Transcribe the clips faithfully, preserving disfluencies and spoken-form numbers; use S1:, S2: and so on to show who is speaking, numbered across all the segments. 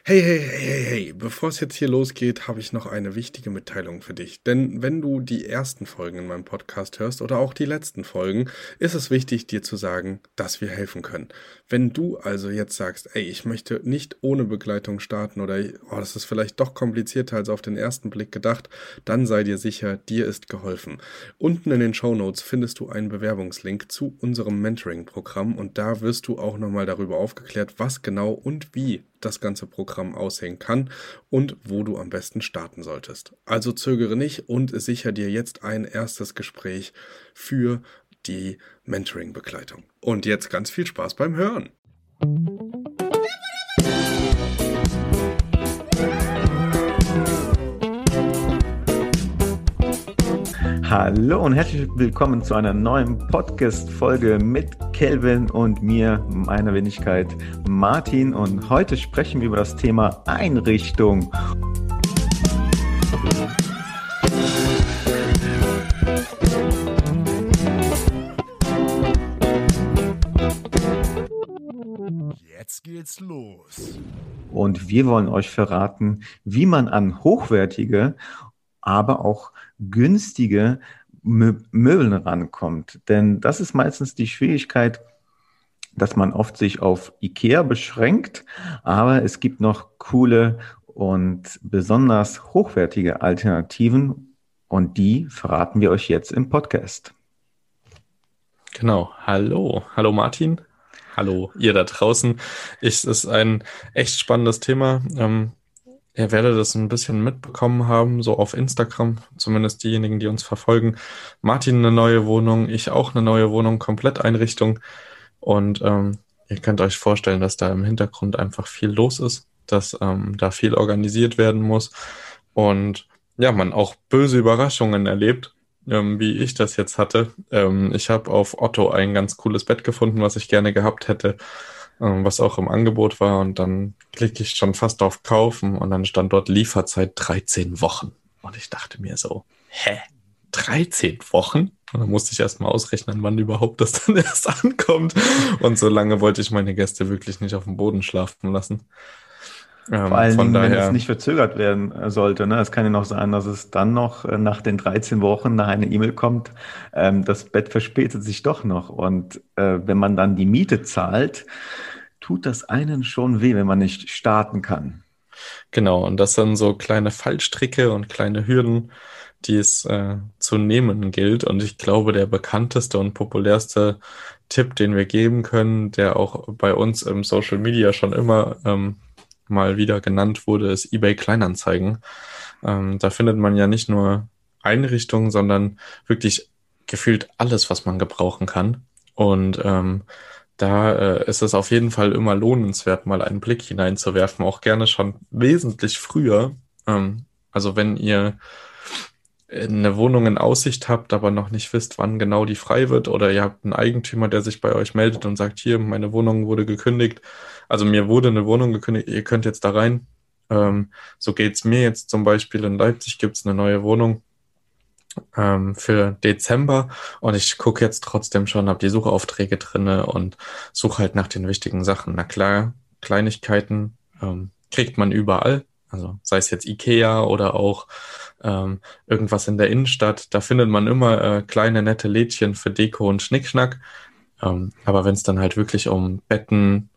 S1: Hey, hey, hey, hey, hey, bevor es jetzt hier losgeht, habe ich noch eine wichtige Mitteilung für dich. Denn wenn du die ersten Folgen in meinem Podcast hörst oder auch die letzten Folgen, ist es wichtig, dir zu sagen, dass wir helfen können. Wenn du also jetzt sagst, ey, ich möchte nicht ohne Begleitung starten oder oh, das ist vielleicht doch komplizierter als auf den ersten Blick gedacht, dann sei dir sicher, dir ist geholfen. Unten in den Shownotes findest du einen Bewerbungslink zu unserem Mentoring-Programm und da wirst du auch nochmal darüber aufgeklärt, was genau und wie das ganze Programm aussehen kann und wo du am besten starten solltest. Also zögere nicht und sicher dir jetzt ein erstes Gespräch für die Mentoring-Begleitung. Und jetzt ganz viel Spaß beim Hören.
S2: Hallo und herzlich willkommen zu einer neuen Podcast-Folge mit Kelvin und mir, meiner Wenigkeit Martin. Und heute sprechen wir über das Thema Einrichtung.
S3: Jetzt geht's los.
S2: Und wir wollen euch verraten, wie man an hochwertige, aber auch günstige Mö- Möbeln rankommt. Denn das ist meistens die Schwierigkeit, dass man oft sich auf IKEA beschränkt, aber es gibt noch coole und besonders hochwertige Alternativen und die verraten wir euch jetzt im Podcast.
S4: Genau, hallo, hallo Martin, hallo ihr da draußen. Ich, es ist ein echt spannendes Thema. Ähm, ihr werdet das ein bisschen mitbekommen haben, so auf Instagram, zumindest diejenigen, die uns verfolgen. Martin eine neue Wohnung, ich auch eine neue Wohnung, Kompletteinrichtung. Und ähm, ihr könnt euch vorstellen, dass da im Hintergrund einfach viel los ist, dass ähm, da viel organisiert werden muss und ja, man auch böse Überraschungen erlebt, ähm, wie ich das jetzt hatte. Ähm, ich habe auf Otto ein ganz cooles Bett gefunden, was ich gerne gehabt hätte, ähm, was auch im Angebot war. Und dann klicke ich schon fast auf Kaufen und dann stand dort Lieferzeit dreizehn Wochen. Und ich dachte mir so, hä? dreizehn Wochen? Und dann musste ich erst mal ausrechnen, wann überhaupt das dann erst ankommt. Und so lange wollte ich meine Gäste wirklich nicht auf dem Boden schlafen lassen.
S2: Vor
S4: Ähm,
S2: allen
S4: von
S2: Dingen, wenn es
S4: daher,
S2: nicht verzögert werden äh, sollte. Ne? Es kann ja noch sein, dass es dann noch äh, nach den dreizehn Wochen nach einer E-Mail kommt, ähm, das Bett verspätet sich doch noch. Und äh, wenn man dann die Miete zahlt, tut das einen schon weh, wenn man nicht starten kann.
S4: genau, und das sind so kleine Fallstricke und kleine Hürden, die es äh, zu nehmen gilt. Und ich glaube, der bekannteste und populärste Tipp, den wir geben können, der auch bei uns im Social Media schon immer ähm, mal wieder genannt wurde, ist eBay Kleinanzeigen. Ähm, da findet man ja nicht nur Einrichtungen, sondern wirklich gefühlt alles, was man gebrauchen kann. Und ähm, da äh, ist es auf jeden Fall immer lohnenswert, mal einen Blick hineinzuwerfen, auch gerne schon wesentlich früher. Ähm, also wenn ihr eine Wohnung in Aussicht habt, aber noch nicht wisst, wann genau die frei wird, oder ihr habt einen Eigentümer, der sich bei euch meldet und sagt, hier, meine Wohnung wurde gekündigt. Also mir wurde eine Wohnung gekündigt, ihr könnt jetzt da rein. Ähm, so geht's mir jetzt zum Beispiel. In Leipzig gibt's eine neue Wohnung ähm, für Dezember und ich gucke jetzt trotzdem schon, habe die Suchaufträge drinne und suche halt nach den wichtigen Sachen. Na klar, Kleinigkeiten ähm, kriegt man überall, also sei es jetzt IKEA oder auch ähm, irgendwas in der Innenstadt, da findet man immer äh, kleine nette Lädchen für Deko und Schnickschnack. Ähm, aber wenn es dann halt wirklich um Betten,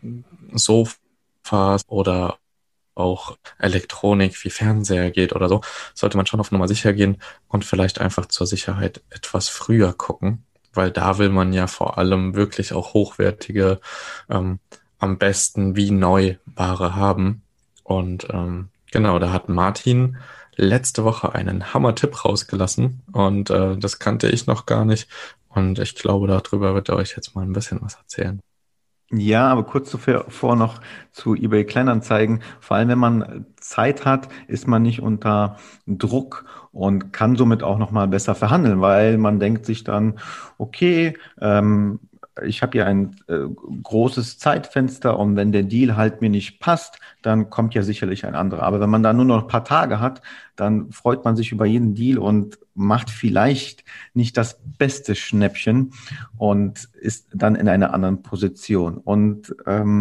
S4: Sofas oder auch Elektronik wie Fernseher geht oder so, sollte man schon auf Nummer sicher gehen und vielleicht einfach zur Sicherheit etwas früher gucken, weil da will man ja vor allem wirklich auch hochwertige, ähm, am besten wie neu Ware haben. Und ähm, genau, da hat Martin letzte Woche einen Hammer-Tipp rausgelassen und äh, das kannte ich noch gar nicht. Und ich glaube, darüber wird er euch jetzt mal ein bisschen was erzählen.
S2: Ja, aber kurz zuvor noch zu eBay Kleinanzeigen. Vor allem, wenn man Zeit hat, ist man nicht unter Druck und kann somit auch noch mal besser verhandeln, weil man denkt sich dann, okay, ähm, ich habe hier ein äh, großes Zeitfenster und wenn der Deal halt mir nicht passt, dann kommt ja sicherlich ein anderer. Aber wenn man da nur noch ein paar Tage hat, dann freut man sich über jeden Deal und macht vielleicht nicht das beste Schnäppchen und ist dann in einer anderen Position. Und ähm,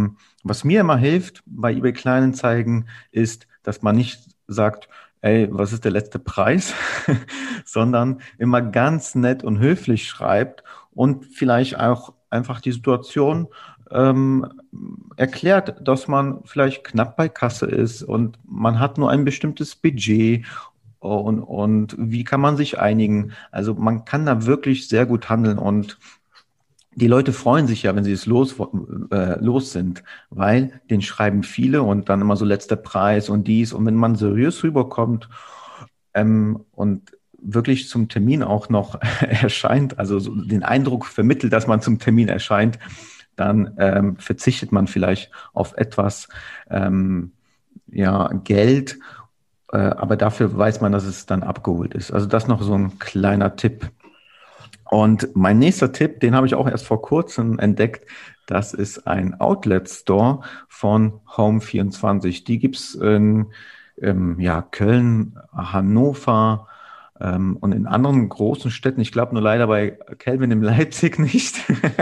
S2: Was mir immer hilft bei eBay Kleinanzeigen ist, dass man nicht sagt, ey, was ist der letzte Preis, sondern immer ganz nett und höflich schreibt und vielleicht auch einfach die Situation ähm, erklärt, dass man vielleicht knapp bei Kasse ist und man hat nur ein bestimmtes Budget und, und wie kann man sich einigen? Also man kann da wirklich sehr gut handeln und die Leute freuen sich ja, wenn sie es los, äh, los sind, weil den schreiben viele und dann immer so letzter Preis und dies. Und wenn man seriös rüberkommt ähm, und wirklich zum Termin auch noch erscheint, also so den Eindruck vermittelt, dass man zum Termin erscheint, dann ähm, verzichtet man vielleicht auf etwas ähm, ja, Geld, äh, aber dafür weiß man, dass es dann abgeholt ist. Also das noch so ein kleiner Tipp. Und mein nächster Tipp, den habe ich auch erst vor kurzem entdeckt, das ist ein Outlet-Store von Home vierundzwanzig. Die gibt's in ähm, ja, Köln, Hannover ähm, und in anderen großen Städten. Ich glaube nur leider bei Calvin in Leipzig nicht.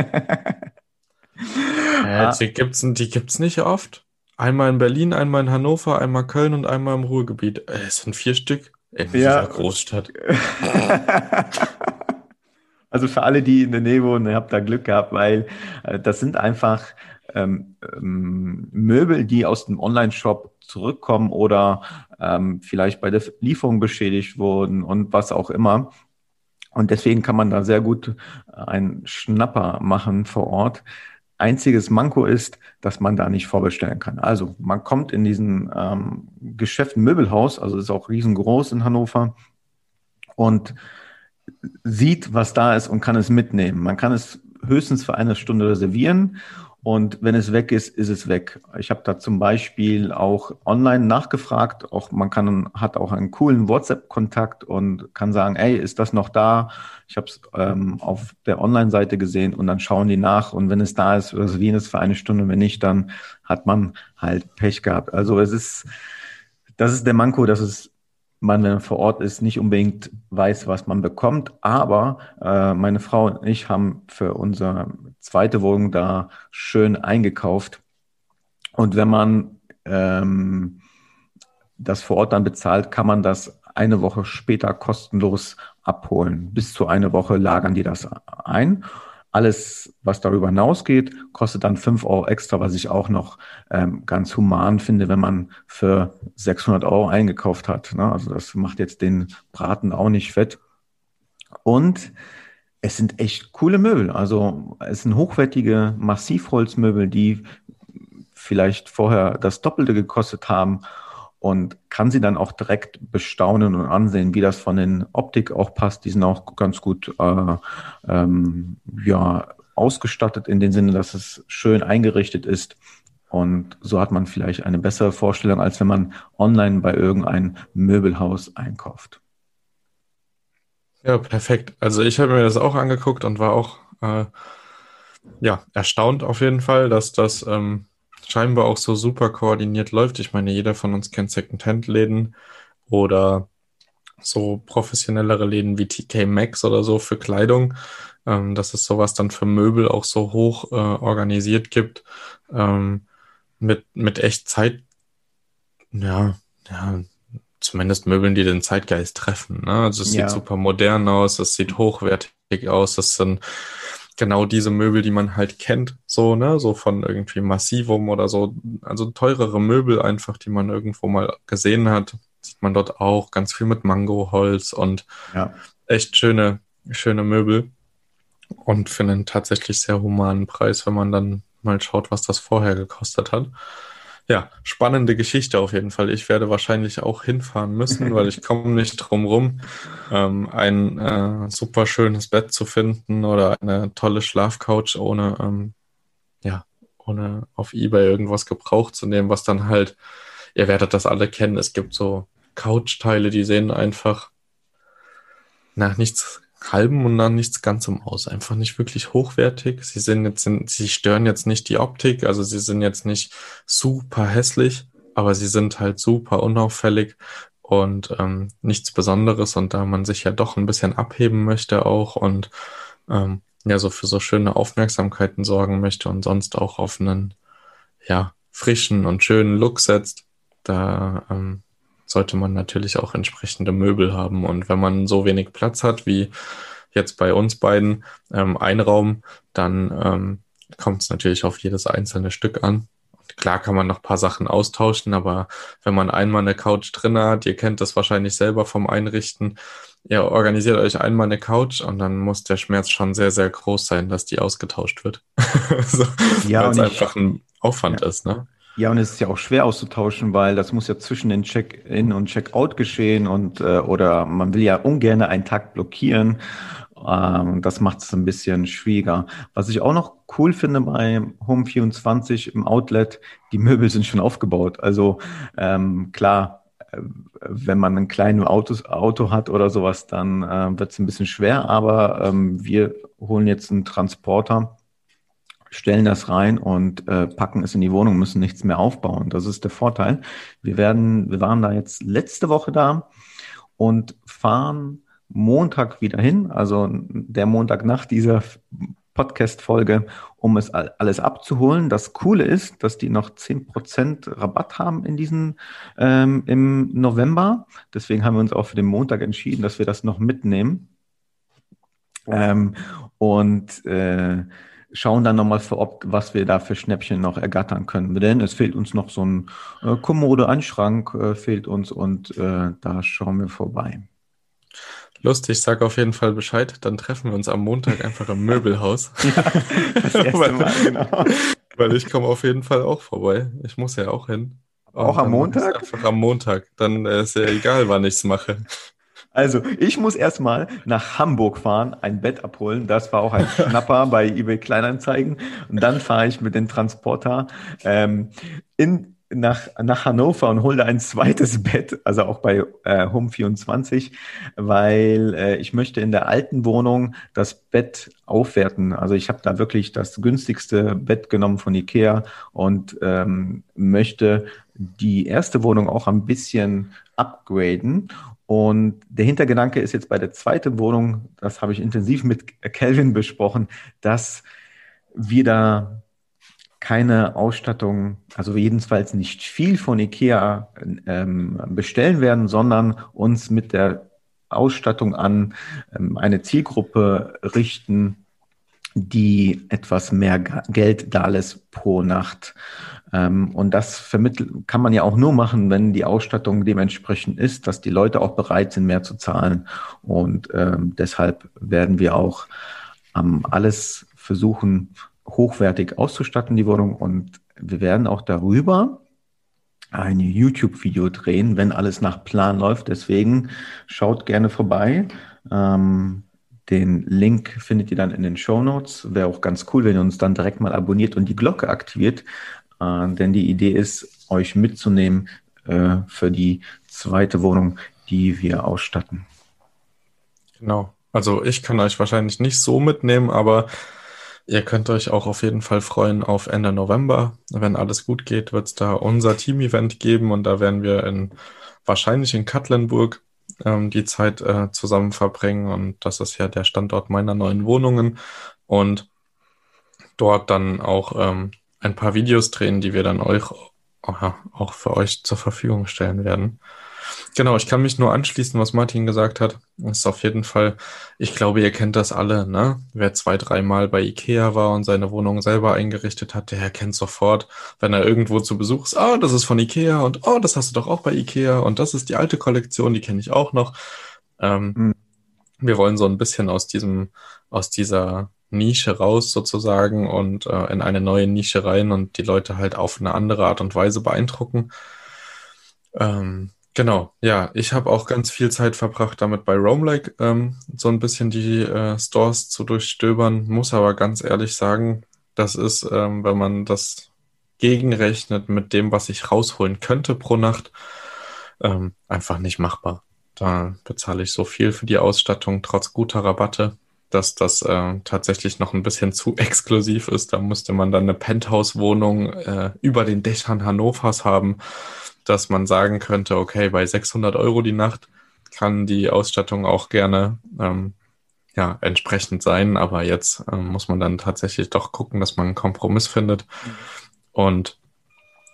S4: Äh, die gibt's, die gibt's nicht oft. Einmal in Berlin, einmal in Hannover, einmal Köln und einmal im Ruhrgebiet. Äh, Es sind vier Stück in
S2: Ja.
S4: jeder Großstadt.
S2: Also für alle, die in der Nähe wohnen, ihr habt da Glück gehabt, weil äh, das sind einfach ähm, ähm, Möbel, die aus dem Online-Shop zurückkommen oder ähm, vielleicht bei der Lieferung beschädigt wurden und was auch immer. Und deswegen kann man da sehr gut einen Schnapper machen vor Ort. Einziges Manko ist, dass man da nicht vorbestellen kann. Also man kommt in diesen ähm, Geschäft Möbelhaus, also ist auch riesengroß in Hannover und sieht, was da ist und kann es mitnehmen. Man kann es höchstens für eine Stunde reservieren und wenn es weg ist, ist es weg. Ich habe da zum Beispiel auch online nachgefragt. Auch man kann hat auch einen coolen WhatsApp-Kontakt und kann sagen, ey, ist das noch da? Ich habe es ähm, auf der Online-Seite gesehen und dann schauen die nach und wenn es da ist, reservieren es für eine Stunde. Wenn nicht, dann hat man halt Pech gehabt. Also es ist, das ist der Manko, dass es man, wenn man vor Ort ist, nicht unbedingt weiß, was man bekommt. Aber äh, meine Frau und ich haben für unsere zweite Wohnung da schön eingekauft. Und wenn man ähm, das vor Ort dann bezahlt, kann man das eine Woche später kostenlos abholen. Bis zu eine Woche lagern die das ein. Alles, was darüber hinausgeht, kostet dann fünf Euro extra, was ich auch noch ähm, ganz human finde, wenn man für sechshundert Euro eingekauft hat. Ne? Also das macht jetzt den Braten auch nicht fett. Und es sind echt coole Möbel. Also es sind hochwertige Massivholzmöbel, die vielleicht vorher das Doppelte gekostet haben und kann sie dann auch direkt bestaunen und ansehen, wie das von den Optik auch passt. Die sind auch ganz gut äh, ähm, ja, ausgestattet in dem Sinne, dass es schön eingerichtet ist. Und so hat man vielleicht eine bessere Vorstellung, als wenn man online bei irgendeinem Möbelhaus einkauft.
S4: Ja, perfekt. Also ich habe mir das auch angeguckt und war auch äh, ja, erstaunt auf jeden Fall, dass das ähm, scheinbar auch so super koordiniert läuft. Ich meine, jeder von uns kennt Second-Hand-Läden oder so professionellere Läden wie T K Maxx oder so für Kleidung, ähm, dass es sowas dann für Möbel auch so hoch äh, organisiert gibt, ähm, mit, mit echt Zeit, ja, ja, zumindest Möbeln, die den Zeitgeist treffen. Ne? Also es
S2: Ja.
S4: sieht super modern aus, es sieht hochwertig aus, das sind genau diese Möbel, die man halt kennt, so, ne, so von irgendwie Massivum oder so, also teurere Möbel einfach, die man irgendwo mal gesehen hat, sieht man dort auch, ganz viel mit Mangoholz und
S2: Ja.
S4: echt schöne, schöne Möbel und für einen tatsächlich sehr humanen Preis, wenn man dann mal schaut, was das vorher gekostet hat. Ja, spannende Geschichte auf jeden Fall. Ich werde wahrscheinlich auch hinfahren müssen, weil ich komme nicht drum rum, ähm, ein äh, super schönes Bett zu finden oder eine tolle Schlafcouch ohne, ähm, ja, ohne auf eBay irgendwas gebraucht zu nehmen, was dann halt, ihr werdet das alle kennen, es gibt so Couchteile, die sehen einfach nach nichts Halbem und nach nichts Ganzem aus. Einfach nicht wirklich hochwertig. Sie sind jetzt, sind, sie stören jetzt nicht die Optik, also sie sind jetzt nicht super hässlich, aber sie sind halt super unauffällig und ähm, nichts Besonderes. Und da man sich ja doch ein bisschen abheben möchte auch und ähm, ja so für so schöne Aufmerksamkeiten sorgen möchte und sonst auch auf einen ja, frischen und schönen Look setzt, da ähm, sollte man natürlich auch entsprechende Möbel haben. Und wenn man so wenig Platz hat, wie jetzt bei uns beiden, ähm, ein Raum, dann ähm, kommt es natürlich auf jedes einzelne Stück an. Und klar kann man noch ein paar Sachen austauschen, aber wenn man einmal eine Couch drin hat, ihr kennt das wahrscheinlich selber vom Einrichten, ihr organisiert euch einmal eine Couch und dann muss der Schmerz schon sehr, sehr groß sein, dass die ausgetauscht wird. so,
S2: Ja,
S4: weil es
S2: und ich,
S4: einfach ein Aufwand
S2: ja.
S4: ist, ne?
S2: Ja, und es ist ja auch schwer auszutauschen, weil das muss ja zwischen den Check-in und Check-out geschehen und äh, oder man will ja ungern einen Tag blockieren. Ähm, das macht es ein bisschen schwieriger. Was ich auch noch cool finde bei Home vierundzwanzig im Outlet, die Möbel sind schon aufgebaut. Also ähm, klar, äh, wenn man ein kleines Autos, Auto hat oder sowas, dann äh, wird es ein bisschen schwer, aber ähm, wir holen jetzt einen Transporter, stellen das rein und äh, packen es in die Wohnung, müssen nichts mehr aufbauen. Das ist der Vorteil. Wir werden, wir waren da jetzt letzte Woche da und fahren Montag wieder hin, also der Montag nach dieser Podcast-Folge, um es all- alles abzuholen. Das Coole ist, dass die noch zehn Prozent Rabatt haben in diesen ähm, im November. Deswegen haben wir uns auch für den Montag entschieden, dass wir das noch mitnehmen. Ähm, und äh, schauen dann nochmal für ob, was wir da für Schnäppchen noch ergattern können. Denn es fehlt uns noch so ein äh, Kommode, ein Schrank äh, fehlt uns und äh, da schauen wir vorbei.
S4: Lustig, sag auf jeden Fall Bescheid, dann treffen wir uns am Montag einfach im Möbelhaus.
S2: Ja, das erste Mal, genau.
S4: Weil ich komme auf jeden Fall auch vorbei. Ich muss ja auch hin.
S2: Auch
S4: Und
S2: am
S4: dann mache ich es
S2: Montag?
S4: einfach am Montag. Dann äh, ist ja egal, wann ich es mache.
S2: Also, ich muss erstmal nach Hamburg fahren, ein Bett abholen. Das war auch ein Schnapper bei eBay Kleinanzeigen. Und dann fahre ich mit dem Transporter ähm, in, nach, nach Hannover und hole da ein zweites Bett, also auch bei äh, Home vierundzwanzig, weil äh, ich möchte in der alten Wohnung das Bett aufwerten. Also ich habe da wirklich das günstigste Bett genommen von IKEA und ähm, möchte die erste Wohnung auch ein bisschen upgraden. Und der Hintergedanke ist jetzt bei der zweiten Wohnung, das habe ich intensiv mit Kelvin besprochen, dass wir da keine Ausstattung, also jedenfalls nicht viel von IKEA ähm, bestellen werden, sondern uns mit der Ausstattung an ähm, eine Zielgruppe richten, die etwas mehr Ga- Geld da lässt pro Nacht. Ähm, und das vermitteln kann man ja auch nur machen, wenn die Ausstattung dementsprechend ist, dass die Leute auch bereit sind, mehr zu zahlen. Und ähm, deshalb werden wir auch ähm, alles versuchen, hochwertig auszustatten, die Wohnung. Und wir werden auch darüber ein YouTube-Video drehen, wenn alles nach Plan läuft. Deswegen schaut gerne vorbei. Ähm, den Link findet ihr dann in den Shownotes. Wäre auch ganz cool, wenn ihr uns dann direkt mal abonniert und die Glocke aktiviert. Äh, denn die Idee ist, euch mitzunehmen äh, für die zweite Wohnung, die wir ausstatten.
S4: Genau. Also ich kann euch wahrscheinlich nicht so mitnehmen, aber ihr könnt euch auch auf jeden Fall freuen auf Ende November. Wenn alles gut geht, wird es da unser Team-Event geben und da werden wir in, wahrscheinlich in Katlenburg ähm, die Zeit äh, zusammen verbringen und das ist ja der Standort meiner neuen Wohnungen und dort dann auch ähm, ein paar Videos drehen, die wir dann euch aha, auch für euch zur Verfügung stellen werden. Genau, ich kann mich nur anschließen, was Martin gesagt hat. Das ist auf jeden Fall, ich glaube, ihr kennt das alle, ne? Wer zwei, dreimal bei IKEA war und seine Wohnung selber eingerichtet hat, der kennt sofort, wenn er irgendwo zu Besuch ist, ah, das ist von IKEA und oh, das hast du doch auch bei IKEA und das ist die alte Kollektion, die kenne ich auch noch. Ähm,
S2: Mhm.
S4: Wir wollen so ein bisschen aus diesem, aus dieser Nische raus sozusagen und äh, in eine neue Nische rein und die Leute halt auf eine andere Art und Weise beeindrucken. Ähm, genau, ja, ich habe auch ganz viel Zeit verbracht damit bei Roamlike ähm, so ein bisschen die äh, Stores zu durchstöbern, muss aber ganz ehrlich sagen, das ist, ähm, wenn man das gegenrechnet mit dem, was ich rausholen könnte pro Nacht, ähm, einfach nicht machbar. Da bezahle ich so viel für die Ausstattung, trotz guter Rabatte, dass das äh, tatsächlich noch ein bisschen zu exklusiv ist. Da müsste man dann eine Penthouse-Wohnung äh, über den Dächern Hannovers haben, dass man sagen könnte, okay, bei sechshundert Euro die Nacht kann die Ausstattung auch gerne ähm, ja, entsprechend sein, aber jetzt ähm, muss man dann tatsächlich doch gucken, dass man einen Kompromiss findet. Und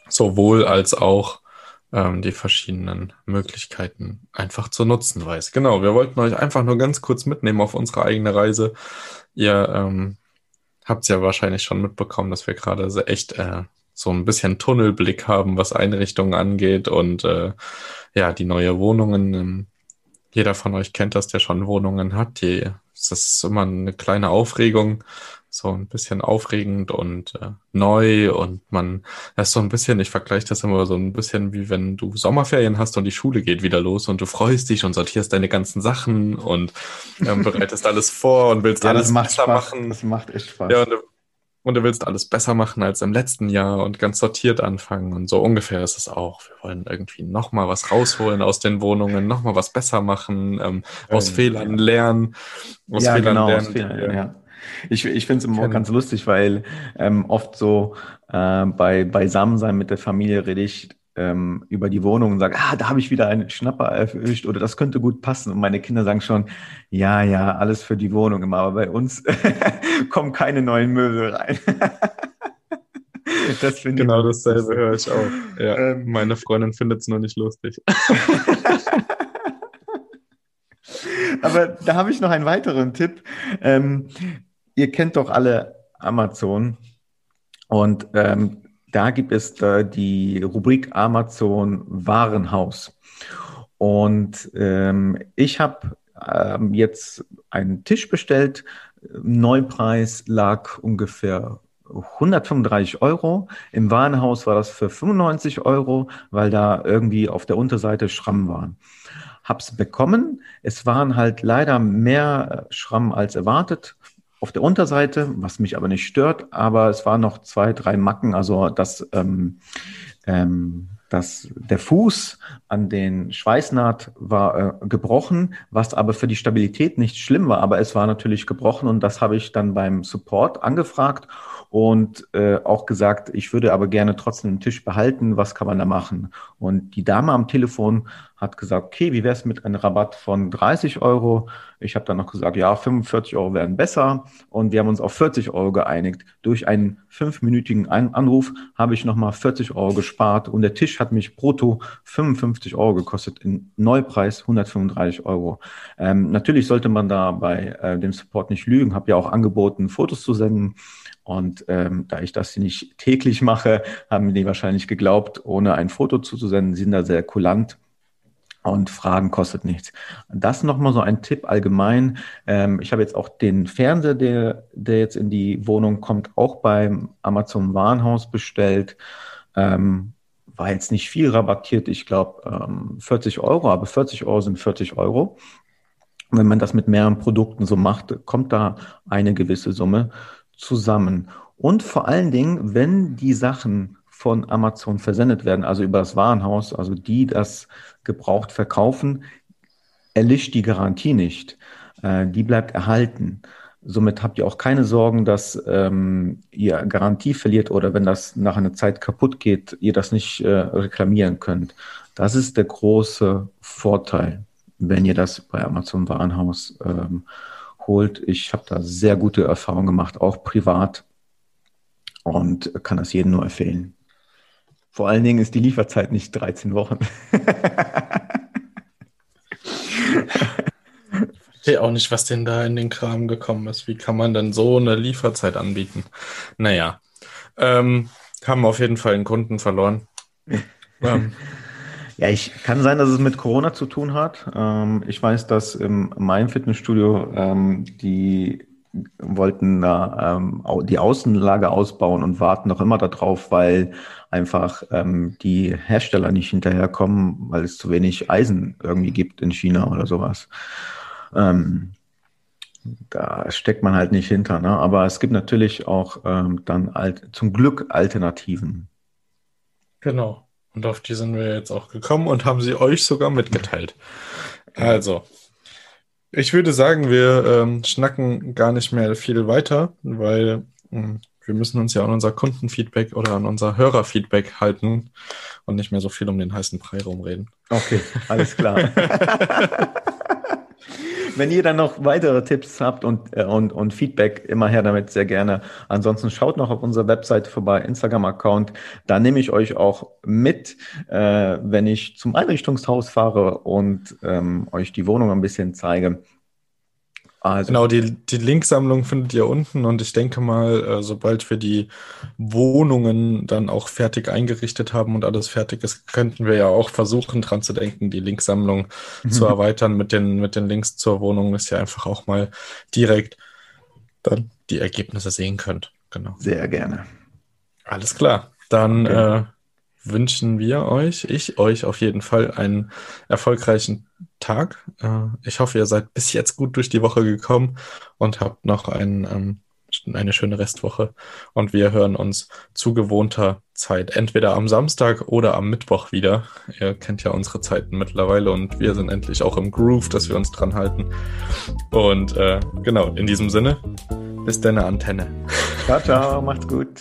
S4: sowohl als auch ähm, die verschiedenen Möglichkeiten einfach zu nutzen weiß. Genau, wir wollten euch einfach nur ganz kurz mitnehmen auf unsere eigene Reise. Ihr ähm, habt es ja wahrscheinlich schon mitbekommen, dass wir gerade so echt äh, so ein bisschen Tunnelblick haben, was Einrichtungen angeht und äh, ja, die neue Wohnungen. Ähm, jeder von euch kennt das, der schon Wohnungen hat. Die, das ist immer eine kleine Aufregung, so ein bisschen aufregend und äh, neu und man, das ist so ein bisschen, ich vergleiche das immer so ein bisschen wie wenn du Sommerferien hast und die Schule geht wieder los und du freust dich und sortierst deine ganzen Sachen und ähm, bereitest alles vor und willst
S2: Ja, das
S4: alles
S2: macht
S4: besser
S2: Spaß.
S4: machen.
S2: Das macht echt Spaß.
S4: Ja, und du, und du willst alles besser machen als im letzten Jahr und ganz sortiert anfangen. Und so ungefähr ist es auch. Wir wollen irgendwie nochmal was rausholen aus den Wohnungen, nochmal was besser machen, ähm, aus
S2: Ähm,
S4: Fehlern
S2: ja.
S4: lernen, aus
S2: Ja,
S4: Fehlern
S2: genau, aus
S4: lernen, die
S2: Fehlern,
S4: wir
S2: ja. Ich, ich finde es immer auch ganz
S4: kennen.
S2: lustig, weil ähm, oft so äh, bei Beisammensein mit der Familie rede ich ähm, über die Wohnung und sage, ah, da habe ich wieder einen Schnapper erwischt oder das könnte gut passen. Und meine Kinder sagen schon, ja, ja, alles für die Wohnung immer, aber bei uns kommen keine neuen Möbel rein. Das finde ich
S4: Genau
S2: immer
S4: dasselbe
S2: lustig.
S4: höre ich auch. Ja,
S2: Ähm,
S4: meine Freundin findet es nur nicht lustig.
S2: aber da habe ich noch einen weiteren Tipp. Ähm, ihr kennt doch alle Amazon. Und ähm, da gibt es äh, die Rubrik Amazon Warenhaus. Und ähm, ich habe ähm, jetzt einen Tisch bestellt. Neupreis lag ungefähr hundertfünfunddreißig Euro. Im Warenhaus war das für fünfundneunzig Euro, weil da irgendwie auf der Unterseite Schrammen waren. Hab's bekommen. Es waren halt leider mehr Schrammen als erwartet auf der Unterseite, was mich aber nicht stört, aber es waren noch zwei, drei Macken, also das, ähm, ähm, das, der Fuß an den Schweißnaht war äh, gebrochen, was aber für die Stabilität nicht schlimm war, aber es war natürlich gebrochen und das habe ich dann beim Support angefragt und äh, auch gesagt, ich würde aber gerne trotzdem den Tisch behalten, was kann man da machen? Und die Dame am Telefon hat gesagt, okay, wie wäre es mit einem Rabatt von dreißig Euro? Ich habe dann noch gesagt, ja, fünfundvierzig Euro wären besser. Und wir haben uns auf vierzig Euro geeinigt. Durch einen fünfminütigen Ein- Anruf habe ich nochmal vierzig Euro gespart. Und der Tisch hat mich brutto fünfundfünfzig Euro gekostet. In Neupreis hundertfünfunddreißig Euro. Ähm, natürlich sollte man da bei äh, dem Support nicht lügen. Habe ja auch angeboten, Fotos zu senden. Und ähm, da ich das nicht täglich mache, haben die wahrscheinlich geglaubt, ohne ein Foto zuzusenden, sind da sehr kulant. Und Fragen kostet nichts. Das nochmal so ein Tipp allgemein. Ähm, ich habe jetzt auch den Fernseher, der, der jetzt in die Wohnung kommt, auch beim Amazon Warenhaus bestellt. Ähm, war jetzt nicht viel rabattiert, ich glaube ähm, vierzig Euro, aber vierzig Euro sind vierzig Euro. Und wenn man das mit mehreren Produkten so macht, kommt da eine gewisse Summe zusammen. Und vor allen Dingen, wenn die Sachen von Amazon versendet werden, also über das Warenhaus, also die das gebraucht verkaufen, erlischt die Garantie nicht. Äh, die bleibt erhalten. Somit habt ihr auch keine Sorgen, dass ähm, ihr Garantie verliert oder wenn das nach einer Zeit kaputt geht, ihr das nicht äh, reklamieren könnt. Das ist der große Vorteil, wenn ihr das bei Amazon Warenhaus ähm, holt. Ich habe da sehr gute Erfahrungen gemacht, auch privat und kann das jedem nur empfehlen. Vor allen Dingen ist die Lieferzeit nicht dreizehn Wochen.
S4: Ich verstehe auch nicht, was denn da in den Kram gekommen ist. Wie kann man denn so eine Lieferzeit anbieten? Naja, ähm, haben auf jeden Fall einen Kunden verloren. Ähm,
S2: Ja, ich kann sein, dass es mit Corona zu tun hat. Ähm, ich weiß, dass in meinem Fitnessstudio ähm, die wollten da ähm, au- die Außenlage ausbauen und warten noch immer darauf, weil einfach ähm, die Hersteller nicht hinterherkommen, weil es zu wenig Eisen irgendwie gibt in China oder sowas. Ähm, Da steckt man halt nicht hinter, ne? Aber es gibt natürlich auch ähm, dann alt, zum Glück Alternativen.
S4: genau. Und auf die sind wir jetzt auch gekommen und haben sie euch sogar mitgeteilt.
S2: Ja.
S4: Also, ich würde sagen, wir ähm, schnacken gar nicht mehr viel weiter, weil ähm, wir müssen uns ja an unser Kundenfeedback oder an unser Hörerfeedback halten und nicht mehr so viel um den heißen Brei rumreden.
S2: Okay, alles klar. Wenn ihr dann noch weitere Tipps habt und, äh, und, und Feedback, immer her damit, sehr gerne. Ansonsten schaut noch auf unserer Webseite vorbei, Instagram-Account. Da nehme ich euch auch mit, äh, wenn ich zum Einrichtungshaus fahre und ähm, euch die Wohnung ein bisschen zeige. Also.
S4: Genau, die, die Linksammlung findet ihr unten und ich denke mal, äh, sobald wir die Wohnungen dann auch fertig eingerichtet haben und alles fertig ist, könnten wir ja auch versuchen, dran zu denken, die Linksammlung mhm. zu erweitern mit den, mit den Links zur Wohnung, dass ihr einfach auch mal direkt dann die Ergebnisse sehen könnt. Genau.
S2: Sehr gerne.
S4: Alles klar. Dann
S2: Okay.
S4: äh, wünschen wir euch, ich euch auf jeden Fall einen erfolgreichen Tag. Äh, ich hoffe, ihr seid bis jetzt gut durch die Woche gekommen und habt noch ein, ähm, eine schöne Restwoche. Und wir hören uns zu gewohnter Zeit, entweder am Samstag oder am Mittwoch wieder. Ihr kennt ja unsere Zeiten mittlerweile und wir sind endlich auch im Groove, dass wir uns dran halten. Und äh, genau, in diesem Sinne, bis deine Antenne.
S2: Ciao, ciao, macht's gut.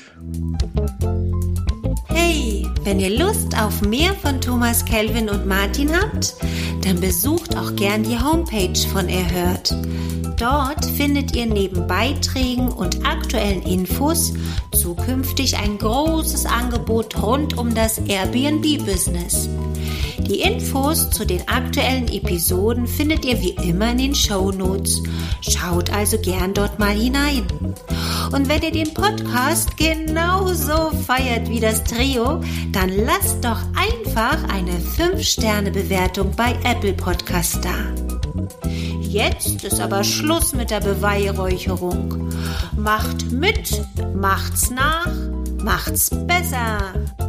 S5: Hey, wenn ihr Lust auf mehr von Thomas, Kelvin und Martin habt, dann besucht auch gern die Homepage von Erhört. Dort findet ihr neben Beiträgen und aktuellen Infos zukünftig ein großes Angebot rund um das Airbnb-Business. Die Infos zu den aktuellen Episoden findet ihr wie immer in den Shownotes. Schaut also gern dort mal hinein. Und wenn ihr den Podcast genauso feiert wie das Trio, dann lasst doch einfach eine fünf Sterne Bewertung bei Apple Podcast da. Jetzt ist aber Schluss mit der Beweihräucherung. Macht mit, macht's nach, macht's besser.